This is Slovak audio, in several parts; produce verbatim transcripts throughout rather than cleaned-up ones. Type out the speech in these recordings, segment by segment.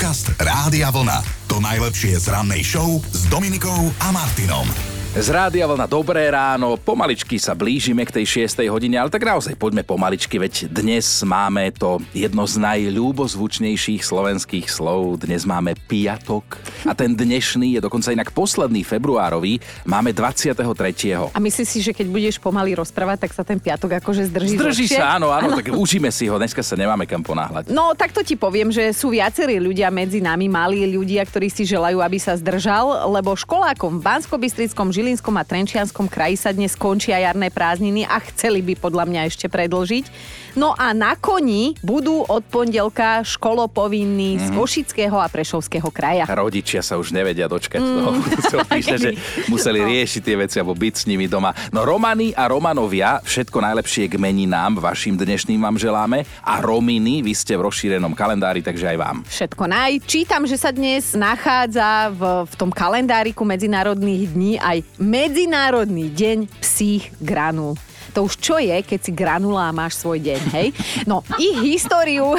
Podcast Rádia Vlna. To najlepšie z rannej show s Dominikou a Martinom. Z Rádia Vlna dobré ráno, pomaličky sa blížime k tej šiestej hodine, ale tak naozaj poďme pomaličky, veď dnes máme to jedno z najľúbozvučnejších slovenských slov, dnes máme piatok a ten dnešný je dokonca inak posledný februárový, máme dvadsiateho tretieho A myslíš si, že keď budeš pomaly rozprávať, tak sa ten piatok akože zdrží? Zdrží dlhšie? sa, áno, áno, tak užíme si ho, dneska sa nemáme kam ponáhľať. No, tak to ti poviem, že sú viacerí ľudia medzi nami, malí ľudia, ktorí si želajú, aby sa zdržal, lebo školákom v Banskobystrickom, Žilinskom a Trenčianskom kraji sa dnes končia jarné prázdniny a chceli by podľa mňa ešte predĺžiť. No a na koni budú od pondelka školopovinní mm. z Košického a Prešovského kraja. Rodičia sa už nevedia dočkať mm. toho. Píše, že museli riešiť tie veci alebo byť s nimi doma. No Romany a Romanovia, všetko najlepšie k meninám, vašim dnešným vám želáme. A Rominy, vy ste v rozšírenom kalendári, takže aj vám. Všetko naj. Čítam, že sa dnes nachádza v, v tom kalendáriku medzinárodných dní aj Medzinárodný deň psích granul. To už čo je, keď si granula a máš svoj deň, hej? No, ich históriu...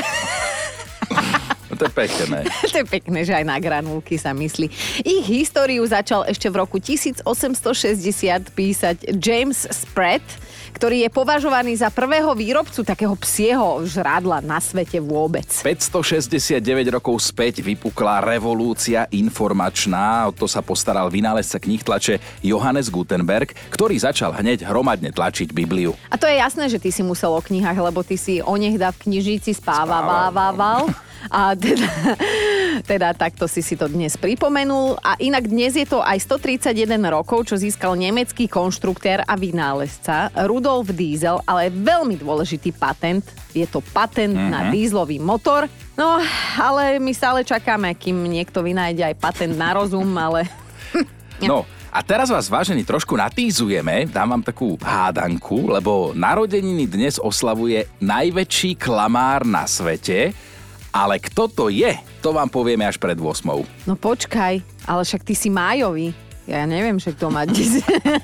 No to je pekné. To je pekné, že aj na granulky sa myslí. Ich históriu začal ešte v roku tisícosemstošesťdesiat písať James Spratt, ktorý je považovaný za prvého výrobcu takého psieho žrádla na svete vôbec. päťstošesťdesiatdeväť rokov späť vypukla revolúcia informačná, o to sa postaral vynálezca kníh tlače Johannes Gutenberg, ktorý začal hneď hromadne tlačiť Bibliu. A to je jasné, že ty si musel o knihách, lebo ty si onehda v knižnici spávával. A teda, teda takto si si to dnes pripomenul. A inak dnes je to aj stotridsaťjeden rokov, čo získal nemecký konštruktér a vynálezca Rudolf Diesel, ale veľmi dôležitý patent. Je to patent mm-hmm. na dieselový motor. No, ale my stále čakáme, kým niekto vynájde aj patent na rozum, ale... No, a teraz vás, vážení, trošku natízujeme, dám vám takú hádanku, lebo narodeniny dnes oslavuje najväčší klamár na svete. Ale kto to je, to vám povieme až pred ôsmou. No počkaj, ale však ty si májový. Ja neviem, že kto má dnes.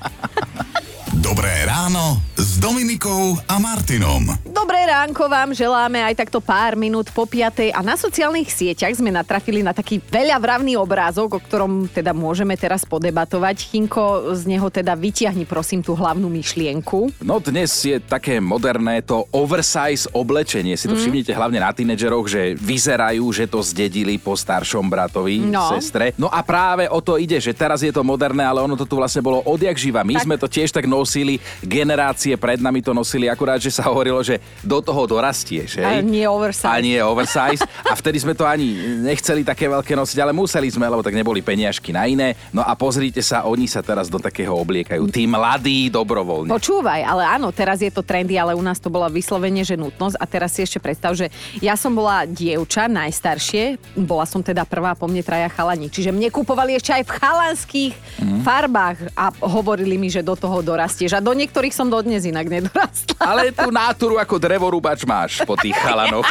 Dobré ráno s Dominikou a Martinom. Dobré ránko vám želáme aj takto pár minút po piatej a na sociálnych sieťach sme natrafili na taký veľavravný obrázok, o ktorom teda môžeme teraz podebatovať. Chinko, z neho teda vytiahni prosím tú hlavnú myšlienku. No dnes je také moderné to oversize oblečenie. Si to mm. všimnite hlavne na tínedžeroch, že vyzerajú, že to zdedili po staršom bratovi, no. sestre. No a práve o to ide, že teraz je to moderné, ale ono to tu vlastne bolo odjak živa. My tak... sme to tiež tak nosili, generácie pred nami to nosili, akurát, že sa hovorilo, že do toho dorastieš, hej? A nie oversize. A nie oversize. A vtedy sme to ani nechceli také veľké nosiť, ale museli sme, lebo tak neboli peniažky na iné. No a pozrite sa, oni sa teraz do takého obliekajú. Tí mladí dobrovoľne. Počúvaj, ale áno, teraz je to trendy, ale u nás to bola vyslovene, že nutnosť. A teraz si ešte predstav, že ja som bola dievča, najstaršie, bola som teda prvá, po mne traja chalani. Čiže mne kupovali ešte aj v chalanských mm. farbách a hovorili mi, že do toho dorastieš. A do niektorých som dodnes inak nedorastla. Ale tú náturu ako drevorúbač máš po tých chalanoch.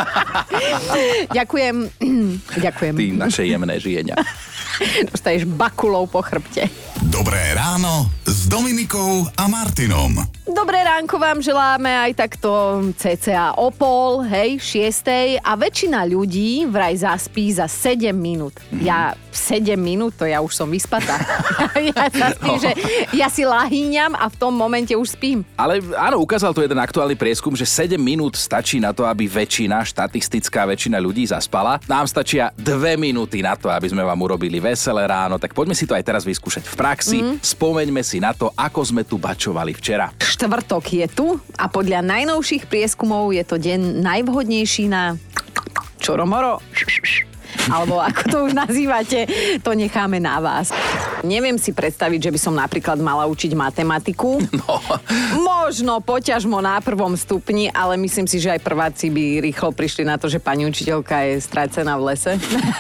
Ďakujem. Ďakujem. Ty naše jemné žienia. Dostaješ bakulou po chrbte. Dobré ráno s Dominikou a Martinom. Dobré ránko vám želáme aj takto cca o pol, hej, šiestej a väčšina ľudí vraj zaspí za sedem minút. Mm. Ja sedem minút, to ja už som vyspatá. ja zaspím, no. že ja si lahýňam a v tom momente už spím. Ale áno, ukázal to jeden aktuálny prieskum, že sedem minút stačí na to, aby väčšina, štatistická väčšina ľudí zaspala. Nám stačia dve minúty na to, aby sme vám urobili veselé ráno, tak poďme si to aj teraz vyskúšať v praxi. Mm. Spomeňme si na to, ako sme tu bačovali včera. Štvrtok je tu a podľa najnovších prieskumov je to deň najvhodnejší na čoromoro. Alebo ako to už nazývate, to necháme na vás. Neviem si predstaviť, že by som napríklad mala učiť matematiku. No. Možno poťažmo na prvom stupni, ale myslím si, že aj prváci by rýchlo prišli na to, že pani učiteľka je stracená v lese.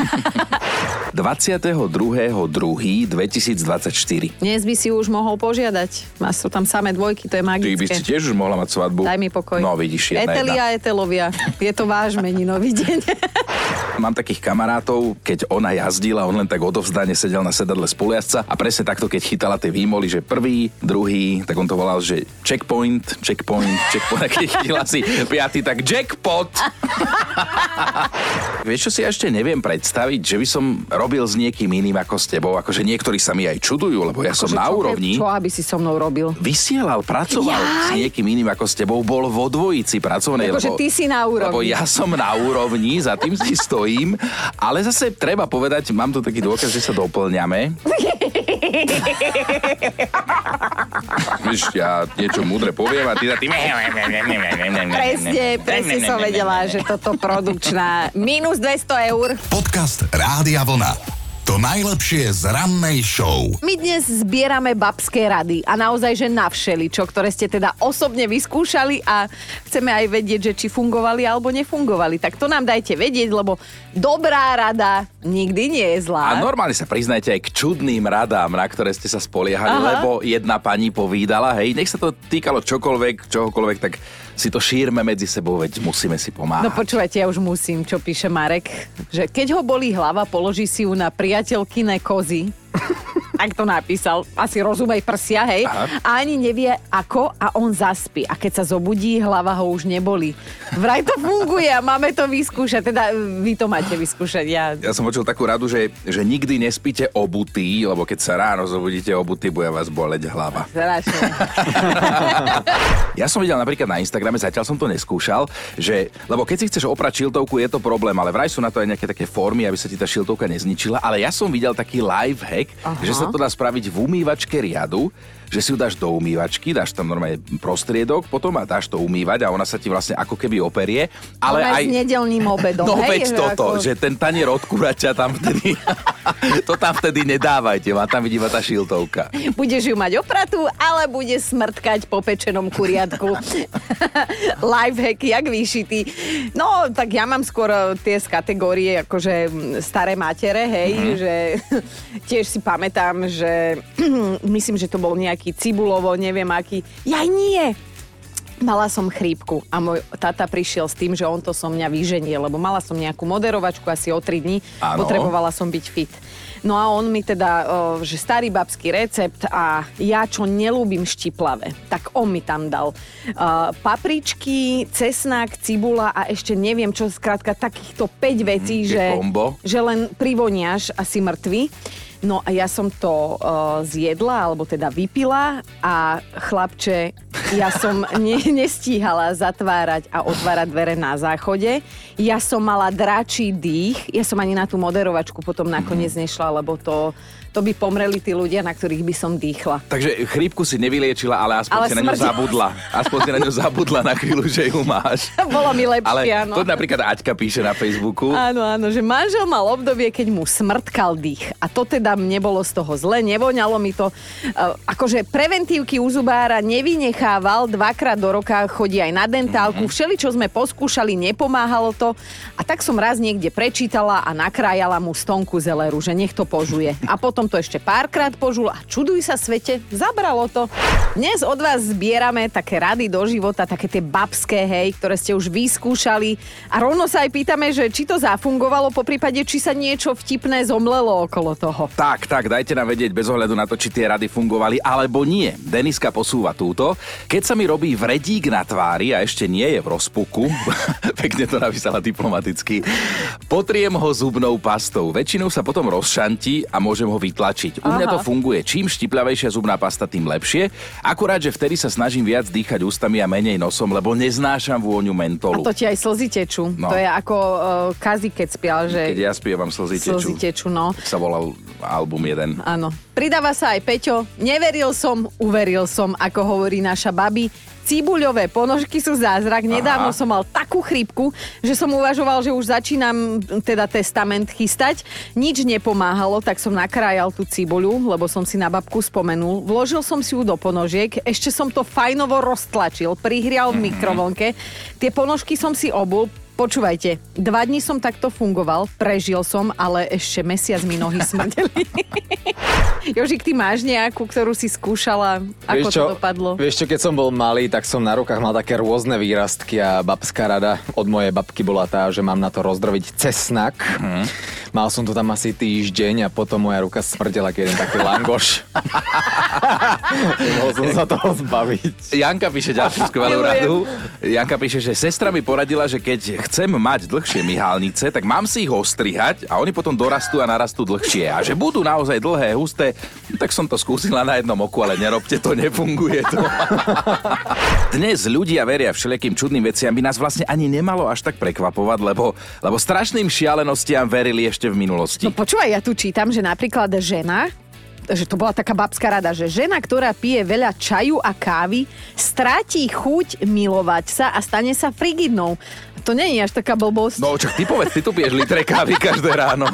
dvadsiateho druhého druhého dvetisícdvadsaťštyri Dnes by si už mohol požiadať. Má sú tam samé dvojky, to je magické. Ty by si tiež už mohla mať svadbu. Daj mi pokoj. No vidíš, jedna Etelia, jedna. Etelovia. Je to váš meninový deň. Mám takých kamarátov, keď ona jazdila, on len tak odovzdane sedel na sedadle spolujazdca a presne takto, keď chytala tie výmoly, že prvý, druhý, tak on to volal, že checkpoint, checkpoint, checkpoint, a keď chytila si piaty, tak jackpot. Vieš, čo si ja ešte neviem predstaviť, že by som robil s niekým iným ako s tebou, akože niektorí sa mi aj čudujú, lebo ja som Akože na čo, úrovni. Čo aby si so mnou robil? Vysielal, pracoval Jaj. s niekým iným ako s tebou, bol vo dvojici pracovnej. Akože ty si na úrovni. Lebo ja som na úrovni, za tým si stojím, ale zase treba povedať, mám tu taký dôkaz, že sa doplňame. Víš, ja niečo múdre poviem a ty za tým... Presne, presne som vedela, že toto produkčná minus dvesto eur. Podcast Rádia Vlna. To najlepšie z rannej show. My dnes zbierame babské rady a naozaj, že na všeličo, ktoré ste teda osobne vyskúšali a chceme aj vedieť, že či fungovali alebo nefungovali. Tak to nám dajte vedieť, lebo dobrá rada nikdy nie je zlá. A normálne sa priznajte aj k čudným radám, na ktoré ste sa spoliehali, Aha. lebo jedna pani povídala, hej, nech sa to týkalo čokoľvek, čohokoľvek, tak si to šírme medzi sebou, veď musíme si pomáhať. No počúvajte, ja už musím, čo píše Marek, že keď ho bolí hlava, položí si ju na priateľkyné kozy. Tak to napísal. Asi rozumej prsia, hej. Aha. A ani nevie ako a on zaspí. A keď sa zobudí, hlava ho už neboli. Vraj to funguje a máme to vyskúšať. Teda vy to máte vyskúšať. Ja, Ja som počul takú radu, že, že nikdy nespíte obutý, lebo keď sa ráno zobudíte obutý, bude vás boleť hlava. Strašne. Ja som videl napríklad na Instagrame, zatiaľ som to neskúšal, že, lebo keď si chceš oprať šiltovku, je to problém, ale vraj sú na to aj nejaké také formy, aby sa ti tá šiltovka nezničila, ale ja som videl taký life hack, Aha. že sa to dá spraviť v umývačke riadu, že si ju dáš do umývačky, dáš tam normálne prostriedok, potom a dáš to umývať a ona sa ti vlastne ako keby operie, ale Ona aj... s nedeľným obedom, No hej? veď Že toto, ako- že ten tanier od kuraťa tam vtedy... to tam vtedy nedávajte, má tam vidieť iba tá šiltovka. Budeš ju mať opratú, ale bude smrtkať po pečenom kuriatku. Lifehack, jak vyšitý. No, tak ja mám skôr tie z kategórie, akože staré matere, hej, mm-hmm. že tiež si pamätám, že myslím, že to bol nejaký cibulovo, neviem aký. Jaj, nie! Mala som chrípku a môj tata prišiel s tým, že on to so mňa vyženie, lebo mala som nejakú moderovačku asi o tri dni, Áno. potrebovala som byť fit. No a on mi teda, o, že starý babský recept a ja, čo nelúbim štiplavé, tak on mi tam dal uh, papričky, cesnak, cibula a ešte neviem čo, skrátka takýchto päť vecí, Mm, že, kombo. že len privoniaš asi mŕtvy. No a ja som to uh, zjedla, alebo teda vypila a chlapče, ja som ne, nestíhala zatvárať a otvárať dvere na záchode. Ja som mala dračí dých, ja som ani na tú moderovačku potom nakoniec nešla, lebo to, to by pomreli tí ľudia, na ktorých by som dýchla. Takže chrípku si nevyliečila, ale aspoň Ale si na ňu smrdela. zabudla. Aspoň si na ňu zabudla na chvíľu, že ju máš. Bolo mi lepšie, Ale áno. to napríklad Aťka píše na Facebooku. Áno, áno, že manžel mal obdobie, keď mu smrtkal dých. A to teda mne bolo z toho zle, nevoňalo mi to. Uh, akože preventívky u zubára nevynechával, dvakrát do roka chodí aj na dentálku. Mm-hmm. Všeli, čo sme poskúšali, nepomáhalo to. A tak som raz niekde prečítala a nakrájala mu stonku zeleru, že nech to požuje. A potom to ešte párkrát požul a čuduj sa svete, zabralo to. Dnes od vás zbierame také rady do života, také tie babské, hej, ktoré ste už vyskúšali. A rovno sa aj pýtame, že či to zafungovalo, poprípade, či sa niečo vtipné zomlelo okolo toho. Tak, tak, dajte nám vedieť bez ohľadu na to, či tie rady fungovali alebo nie. Deniska posúva túto. Keď sa mi robí vredík na tvári a ešte nie je v rozpuku, pekne to napísala diplomaticky, potriem ho zubnou pastou. Väčšinou sa potom rozšantí a môžem ho vytlačiť. U mňa Aha. to funguje. Čím štipľavejšia zubná pasta, tým lepšie. Akurát, že vtedy sa snažím viac dýchať ústami a menej nosom, lebo neznášam vôňu A mentolu. to ti aj slzy tečú. No. To je ako uh, Kazi, keď spial, že Keď ja spievam slzy tečú. slzy tečú, no. Tak sa volal album jeden. Áno. Pridáva sa aj Peťo. Neveril som, uveril som, ako hovorí naša babi. Cibuľové ponožky sú zázrak. Nedávno Aha. som mal takú chrípku, že som uvažoval, že už začínam teda testament chystať. Nič nepomáhalo, tak som nakrájal tú cibuľu, lebo som si na babku spomenul. Vložil som si ju do ponožiek, ešte som to fajnovo roztlačil, prihrial v mikrovlnke. Tie ponožky som si obul, počúvajte, dva dní som takto fungoval, prežil som, ale ešte mesiac mi nohy smrdeli. Jožik, ty máš nejakú, ktorú si skúšala? Ako vieš čo, to dopadlo? Vieš čo, keď som bol malý, tak som na rukách mal také rôzne výrastky a babská rada od mojej babky bola tá, že mám na to rozdrobiť cesnak. Hmm. Mal som to tam asi týždeň a potom moja ruka smrdela, keď jeden taký langoš. Mohol som sa toho zbaviť. Janka píše ďalšiu skvelú radu. Janka píše, že sestra mi poradila, že keď chcem mať dlhšie myhalnice, tak mám si ich ostrihať a oni potom dorastú a narastú dlhšie. A že budú naozaj dlhé, husté, tak som to skúsila na jednom oku, ale nerobte to, nefunguje to. Dnes ľudia veria všelijakým čudným veciam, by nás vlastne ani nemalo až tak prekvapovať, lebo, lebo strašným šialenostiam verili ešte v minulosti. No počúvaj, ja tu čítam, že napríklad žena, že to bola taká babská rada, že žena, ktorá pije veľa čaju a kávy, stráti chuť milovať sa a stane sa frigidnou. To nie je až taká blbosť. No, čak ty povedz, ty tu piješ litre kávy každé ráno.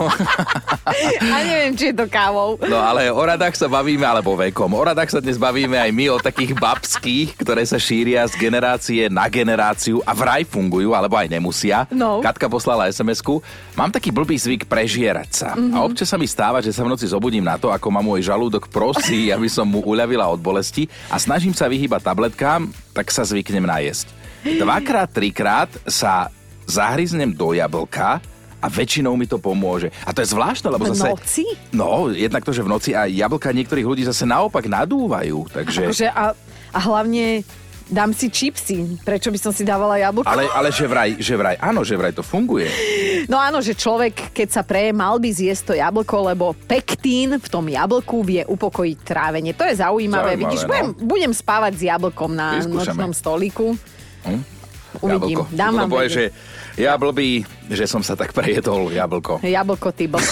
A neviem, či je to kávou. No, ale o radách sa bavíme, alebo vekom. O radách sa dnes bavíme aj my, o takých babských, ktoré sa šíria z generácie na generáciu a vraj fungujú, alebo aj nemusia. No. Katka poslala es em esku. Mám taký blbý zvyk prežierať sa. Mm-hmm. A občas sa mi stáva, že sa v noci zobudím na to, ako ma môj žalúdok prosí, aby som mu uľavila od bolesti a snažím sa vyhýbať tabletkám, tak sa zvyknem najesť. Dvakrát, trikrát sa zahryznem do jablka a väčšinou mi to pomôže. A to je zvláštne, lebo zase... V noci? No, jednak to, že v noci a jablka niektorých ľudí zase naopak nadúvajú, takže... Akože a, a hlavne dám si čipsy. Prečo by som si dávala jablko? Ale, ale že vraj, že vraj, áno, že vraj to funguje. No áno, že človek, keď sa preje, mal by zjesť to jablko, lebo pektín v tom jablku vie upokojiť trávenie. To je zaujímavé. Zaujímavé, Vidíš, no. budem, budem spávať s jablkom na Vyskúšame. nočnom stoliku. Hm? Uvidím. Jablko. Dám vám Povie, že vedieť. ja blbý, že som sa tak prejedol jablko. Jablko, ty blko.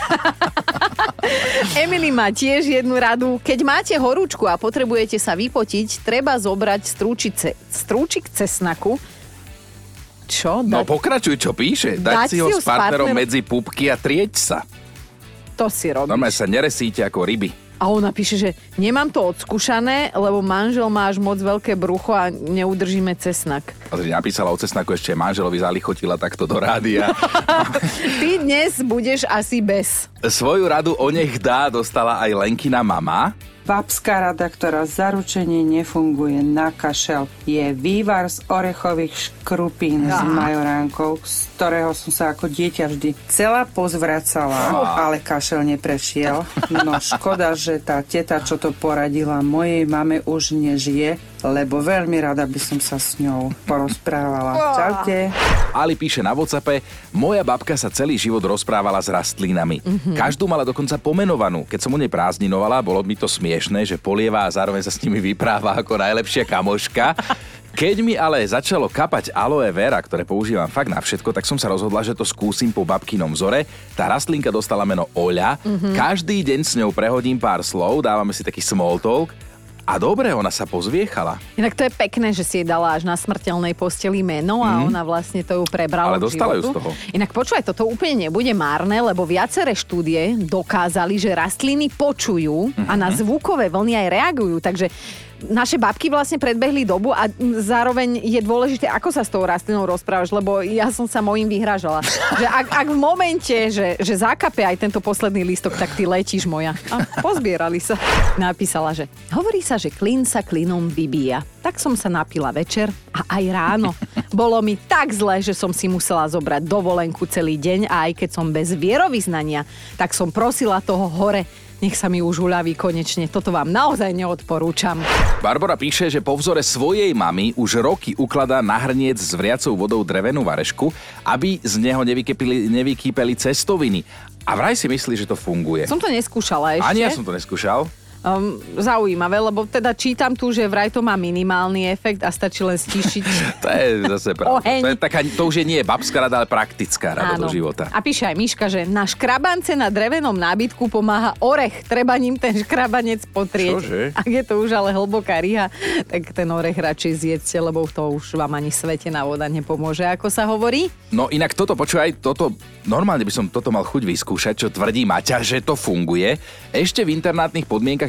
Emily má tiež jednu radu. Keď máte horúčku a potrebujete sa vypotiť, treba zobrať strúčice, strúčik cesnaku. Čo? No Dať, pokračuj, čo píše. Dať, Dať si ho si ho s partnerom s partnerom- medzi púpky a trieť sa. to si robíš. Normálne sa neresíte ako ryby. A ona píše, že nemám to odskúšané, lebo manžel má až moc veľké brucho a neudržíme cesnak. A si napísala o cesnaku, ešte manželovi zalichotila takto do rádia. Ty dnes budeš asi bez. Svoju radu o nech dá dostala aj Lenkina mama. Babská rada, ktorá zaručenie nefunguje na kašel, je vývar z orechových škrupín s majoránkou, z ktorého som sa ako dieťa vždy celá pozvracala, ale kašel neprešiel. No škoda, že tá teta, čo to poradila mojej mame, už nežije, lebo veľmi rada by som sa s ňou porozprávala. Čaute. Ali píše na WhatsAppe, moja babka sa celý život rozprávala s rastlinami. Mm-hmm. Každú mala dokonca pomenovanú. Keď som u nej prázdninovala, bolo mi to smiešné, že polieva a zároveň sa s nimi vypráva ako najlepšia kamoška. Keď mi ale začalo kapať aloe vera, ktoré používam fakt na všetko, tak som sa rozhodla, že to skúsim po babkinom vzore. Tá rastlinka dostala meno Oľa. Mm-hmm. Každý deň s ňou prehodím pár slov, dávame si taký small talk. A dobre, ona sa pozviechala. Inak to je pekné, že si jej dala až na smrteľnej posteli meno a mm. ona vlastne to ju prebrala Ale k dostala ju životu. z toho. Inak počúvaj, toto úplne nebude márne, lebo viaceré štúdie dokázali, že rastliny počujú mm-hmm. a na zvukové vlny aj reagujú. Takže naše babky vlastne predbehli dobu a zároveň je dôležité, ako sa s tou rastlinou rozprávaš, lebo ja som sa mojím vyhražala. Že ak, ak v momente, že, že zakape aj tento posledný lístok, tak ty letíš moja. A pozbierali sa. Napísala, že hovorí sa, že klin sa klinom vybíja. Tak som sa napila večer a aj ráno. Bolo mi tak zle, že som si musela zobrať dovolenku celý deň a aj keď som bez vierovyznania, tak som prosila toho hore, nech sa mi už uľaví konečne. Toto vám naozaj neodporúčam. Barbara píše, že po vzore svojej mamy už roky ukladá na hrniec s vriacou vodou drevenú varešku, aby z neho nevykýpeli cestoviny. A vraj si myslí, že to funguje. Som to neskúšala ešte. Ani ja som to neskúšal. Um, zaujímavé, lebo teda čítam tu, že vraj to má minimálny efekt a stačí len stíšiť. To je zase pravda. Oheň. To, je taká, to už je nie babská rada, ale praktická rada Áno. do života. A píše aj Miška, že na škrabance na drevenom nábytku pomáha orech. Treba ním ten škrabanec potrieť. Čože? Ak je to už ale hlboká ryha, tak ten orech radšej zjedzte, lebo to už vám ani svetená voda nepomôže, ako sa hovorí. No inak toto, počúvaj, toto, normálne by som toto mal chuť vyskúšať, čo tvrdí Maťa, že to funguje. Ešte v internátnych podmienkach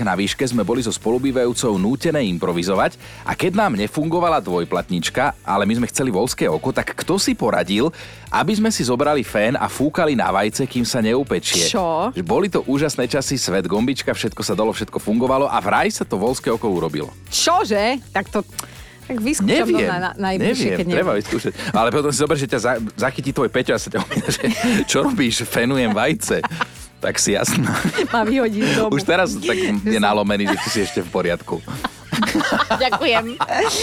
Košiciach na výške sme boli so spolubývajúcou nútené improvizovať a keď nám nefungovala dvojplatnička, ale my sme chceli voľské oko, tak kto si poradil, aby sme si zobrali fén a fúkali na vajce, kým sa neupečie. Čo? Boli to úžasné časy, svet gombička, všetko sa dalo, všetko fungovalo a vraj sa to voľské oko urobilo. Čože? Tak to... Tak vyskúšam neviem, to na, na, najbližšie, neviem, keď neviem. treba vyskúšať. Ale potom si zober, že ťa za, zachytí tvoj Peťo a sa ťa opýta, že čo robíš, fenujem vajce. Tak si jasná. Má vyhodiť z domu. Už teraz tak je nalomený, že ty si ešte v poriadku. Ďakujem.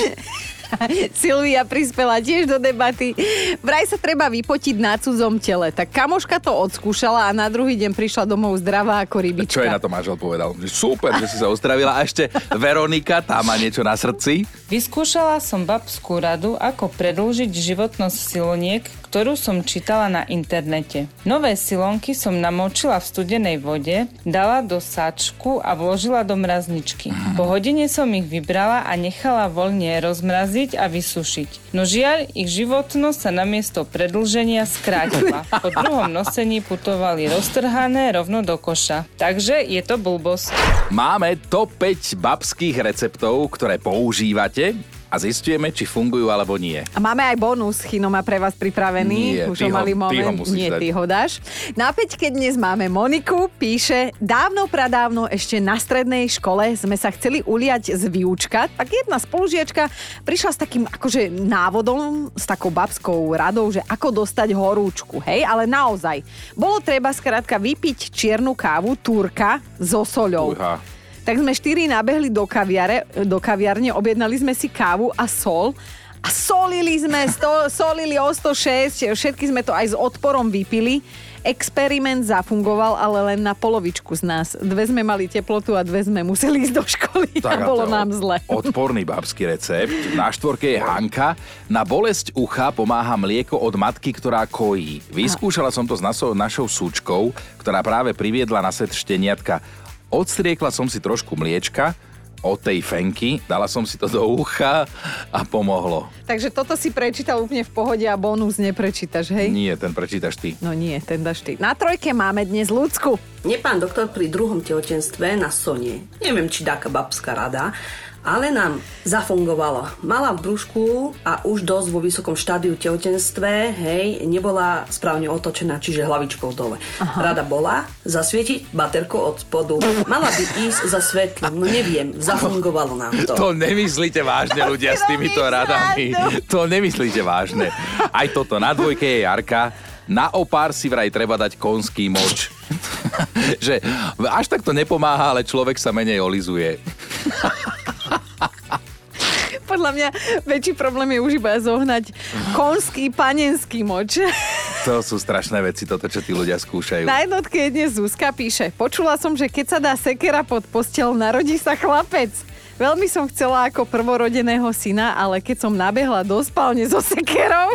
Silvia prispela tiež do debaty. Vraj sa treba vypotiť na cudzom tele. Tak kamoška to odskúšala a na druhý deň prišla domov zdravá ako rybička. Čo jej na to manžel povedal? Že super, že si sa uzdravila. A ešte Veronika, tá má niečo na srdci. Vyskúšala som babskú radu, ako predĺžiť životnosť siloniek, ktorú som čítala na internete. Nové silonky som namočila v studenej vode, dala do sáčku a vložila do mrazničky. Po hodine som ich vybrala a nechala voľne rozmraziť a vysušiť. No žiaľ, ich životnosť sa namiesto predĺženia skrátila. Po druhom nosení putovali roztrhané rovno do koša. Takže je to blbosť. Máme top päť babských receptov, ktoré používate a zistujeme, či fungujú alebo nie. A máme aj bonus, Chino má pre vás pripravený. Nie, Už ty ho ho- mali moment. ty ho musíš Nie, dať. ty ho dáš. Na päťke dnes máme Moniku, píše, dávno pradávno ešte na strednej škole sme sa chceli uliať z výučka, tak jedna spolužiačka prišla s takým akože návodom, s takou babskou radou, že ako dostať horúčku, hej, ale naozaj. Bolo treba skrátka vypiť čiernu kávu, turka, so soľou. Ujha. Tak sme štyri nabehli do, kaviare, do kaviarne, objednali sme si kávu a sol a solili sme, sto, solili o sto šesť, všetky sme to aj s odporom vypili. Experiment zafungoval, ale len na polovičku z nás. Dve sme mali teplotu a dve sme museli ísť do školy Tak a bolo to je nám zle. Odporný babský recept. Na štvorke je Hanka. Na bolesť ucha pomáha mlieko od matky, ktorá kojí. Vyskúšala som to s našou, našou súčkou, ktorá práve priviedla na svet šteniatka. Odstriekla som si trošku mliečka od tej fenky, dala som si to do ucha a pomohlo. Takže toto si prečítal úplne v pohode a bonus neprečítaš, hej? Nie, ten prečítaš ty. No nie, ten dáš ty. Na trojke máme dnes Ľudsku. Mne pán doktor pri druhom tehotenstve na Sonie, neviem, či dáka babská rada, ale nám zafungovalo. Mala v brúšku a už dosť vo vysokom štádiu tehotenstve, hej, nebola správne otočená, čiže hlavičkou dole. Aha. Rada bola zasvietiť baterku od spodu. Mala by ísť za svetlom, no neviem, zafungovalo nám to. To nemyslíte vážne, ľudia, s týmito radami. To nemyslíte vážne. Aj toto na dvojke je Jarka. Na opár si vraj treba dať konský moč. Že až tak to nepomáha, ale človek sa menej olizuje. Podľa mňa väčší problém je už iba zohnať konský panenský moč. To sú strašné veci, toto, čo tí ľudia skúšajú. Na jednotke je dnes Zuzka, píše, počula som, že keď sa dá sekera pod posteľ, narodí sa chlapec. Veľmi som chcela ako prvorodeného syna, ale keď som nabehla do spálne so sekerou,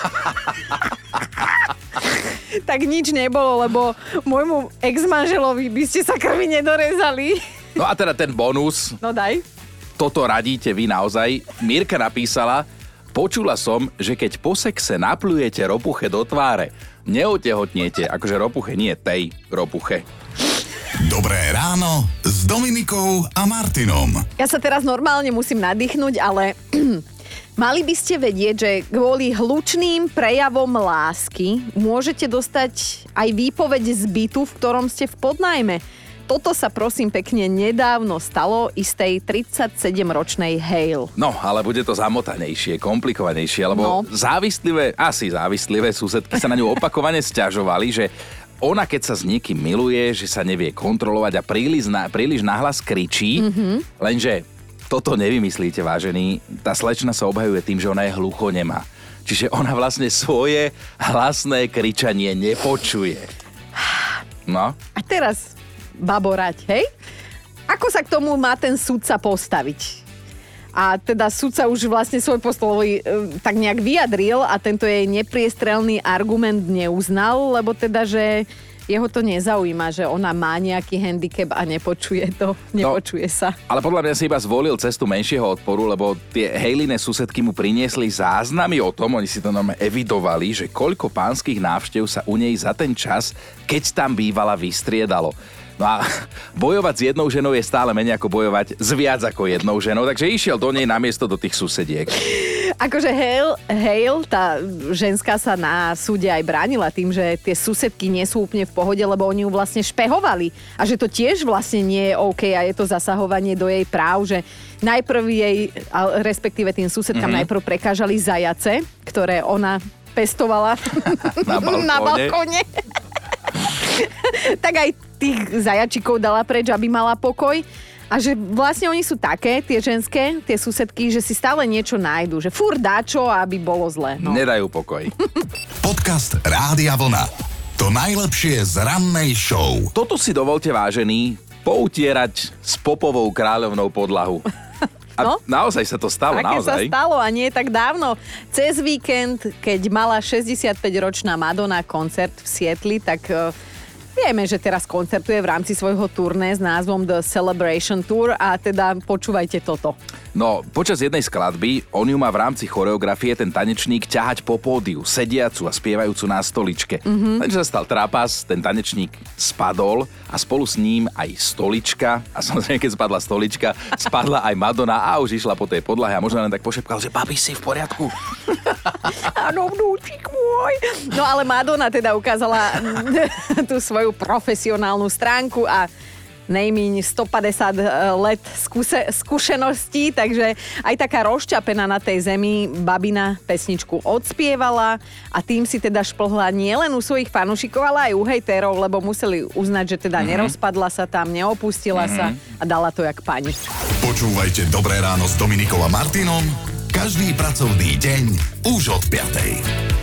tak nič nebolo, lebo môjmu ex-manželovi by ste sa krvi nedorezali. No a teda ten bonus, No daj. toto radíte vy naozaj. Mirka napísala, počula som, že keď po sexe naplujete ropuche do tváre, neotehotniete, akože ropuche, nie tej ropuche. Dobré ráno s Dominikou a Martinom. Ja sa teraz normálne musím nadýchnuť, ale mali by ste vedieť, že kvôli hlučným prejavom lásky môžete dostať aj výpoveď z bytu, v ktorom ste v podnájme. Toto sa prosím pekne nedávno stalo istej tridsaťsedemročnej Hale. No, ale bude to zamotanejšie, komplikovanejšie, lebo No. závislivé, asi závislivé susedky sa na ňu opakovane sťažovali, že ona, keď sa s niekým miluje, že sa nevie kontrolovať a príliš, na, príliš nahlas kričí, mm-hmm. lenže toto nevymyslíte, vážení, tá slečna sa obhajuje tým, že ona je hluchonemá. Čiže ona vlastne svoje hlasné kričanie nepočuje. No. A teraz baborať, hej? Ako sa k tomu má ten sudca postaviť? A teda sudca už vlastne svoj postoj e, tak nejak vyjadril a tento jej nepriestrelný argument neuznal, lebo teda, že jeho to nezaujíma, že ona má nejaký handicap a nepočuje to, nepočuje sa. Ale podľa mňa si iba zvolil cestu menšieho odporu, lebo tie Haline susedky mu priniesli záznamy o tom, oni si to nám evidovali, že koľko pánskych návštev sa u nej za ten čas, keď tam bývala, vystriedalo. No a bojovať s jednou ženou je stále menej ako bojovať s viac ako jednou ženou, takže išiel do nej namiesto do tých susediek. Akože Hale, Hale, tá ženská sa na súde aj bránila tým, že tie susedky nie sú úplne v pohode, lebo oni ju vlastne špehovali a že to tiež vlastne nie je OK a je to zasahovanie do jej práv, že najprv jej, respektíve tým susedkám mm-hmm. najprv prekážali zajace, ktoré ona pestovala na balkóne. Na balkóne. Tak aj tých zajačikov dala preč, aby mala pokoj. A že vlastne oni sú také, tie ženské, tie susedky, že si stále niečo nájdu. Že furt dáčo, aby bolo zle. No. Nedajú pokoj. Podcast Rádia Vlna. To najlepšie z rannej show. Toto si dovolte, vážený, poutierať s popovou kráľovnou podlahu. A no? Naozaj sa to stalo, Také naozaj. sa stalo a nie tak dávno. Cez víkend, keď mala šesťdesiatpäťročná Madonna koncert v Sietli, tak vieme, že teraz koncertuje v rámci svojho turné s názvom The Celebration Tour a teda počúvajte toto. No, počas jednej skladby on ju má v rámci choreografie ten tanečník ťahať po pódiu, sediacu a spievajúcu na stoličke. Mm-hmm. Takže sa stal trápas, ten tanečník spadol a spolu s ním aj stolička a samozrejme, keď spadla stolička, spadla aj Madonna a už išla po tej podlahe a možno len tak pošepkal, že babi, si v poriadku. Áno, vnúčik môj. No ale Madonna teda ukázala tú svoju profesionálnu stránku a nejmiň stopäťdesiat let skúse, skúseností, takže aj taká rozčapená na tej zemi babina pesničku odspievala a tým si teda šplhla nielen u svojich fanúšikov, ale aj u hejterov, lebo museli uznať, že teda mm-hmm. nerozpadla sa tam, neopustila mm-hmm. sa a dala to jak pani. Počúvajte Dobré ráno s Dominikou a Martinom každý pracovný deň už od piatej.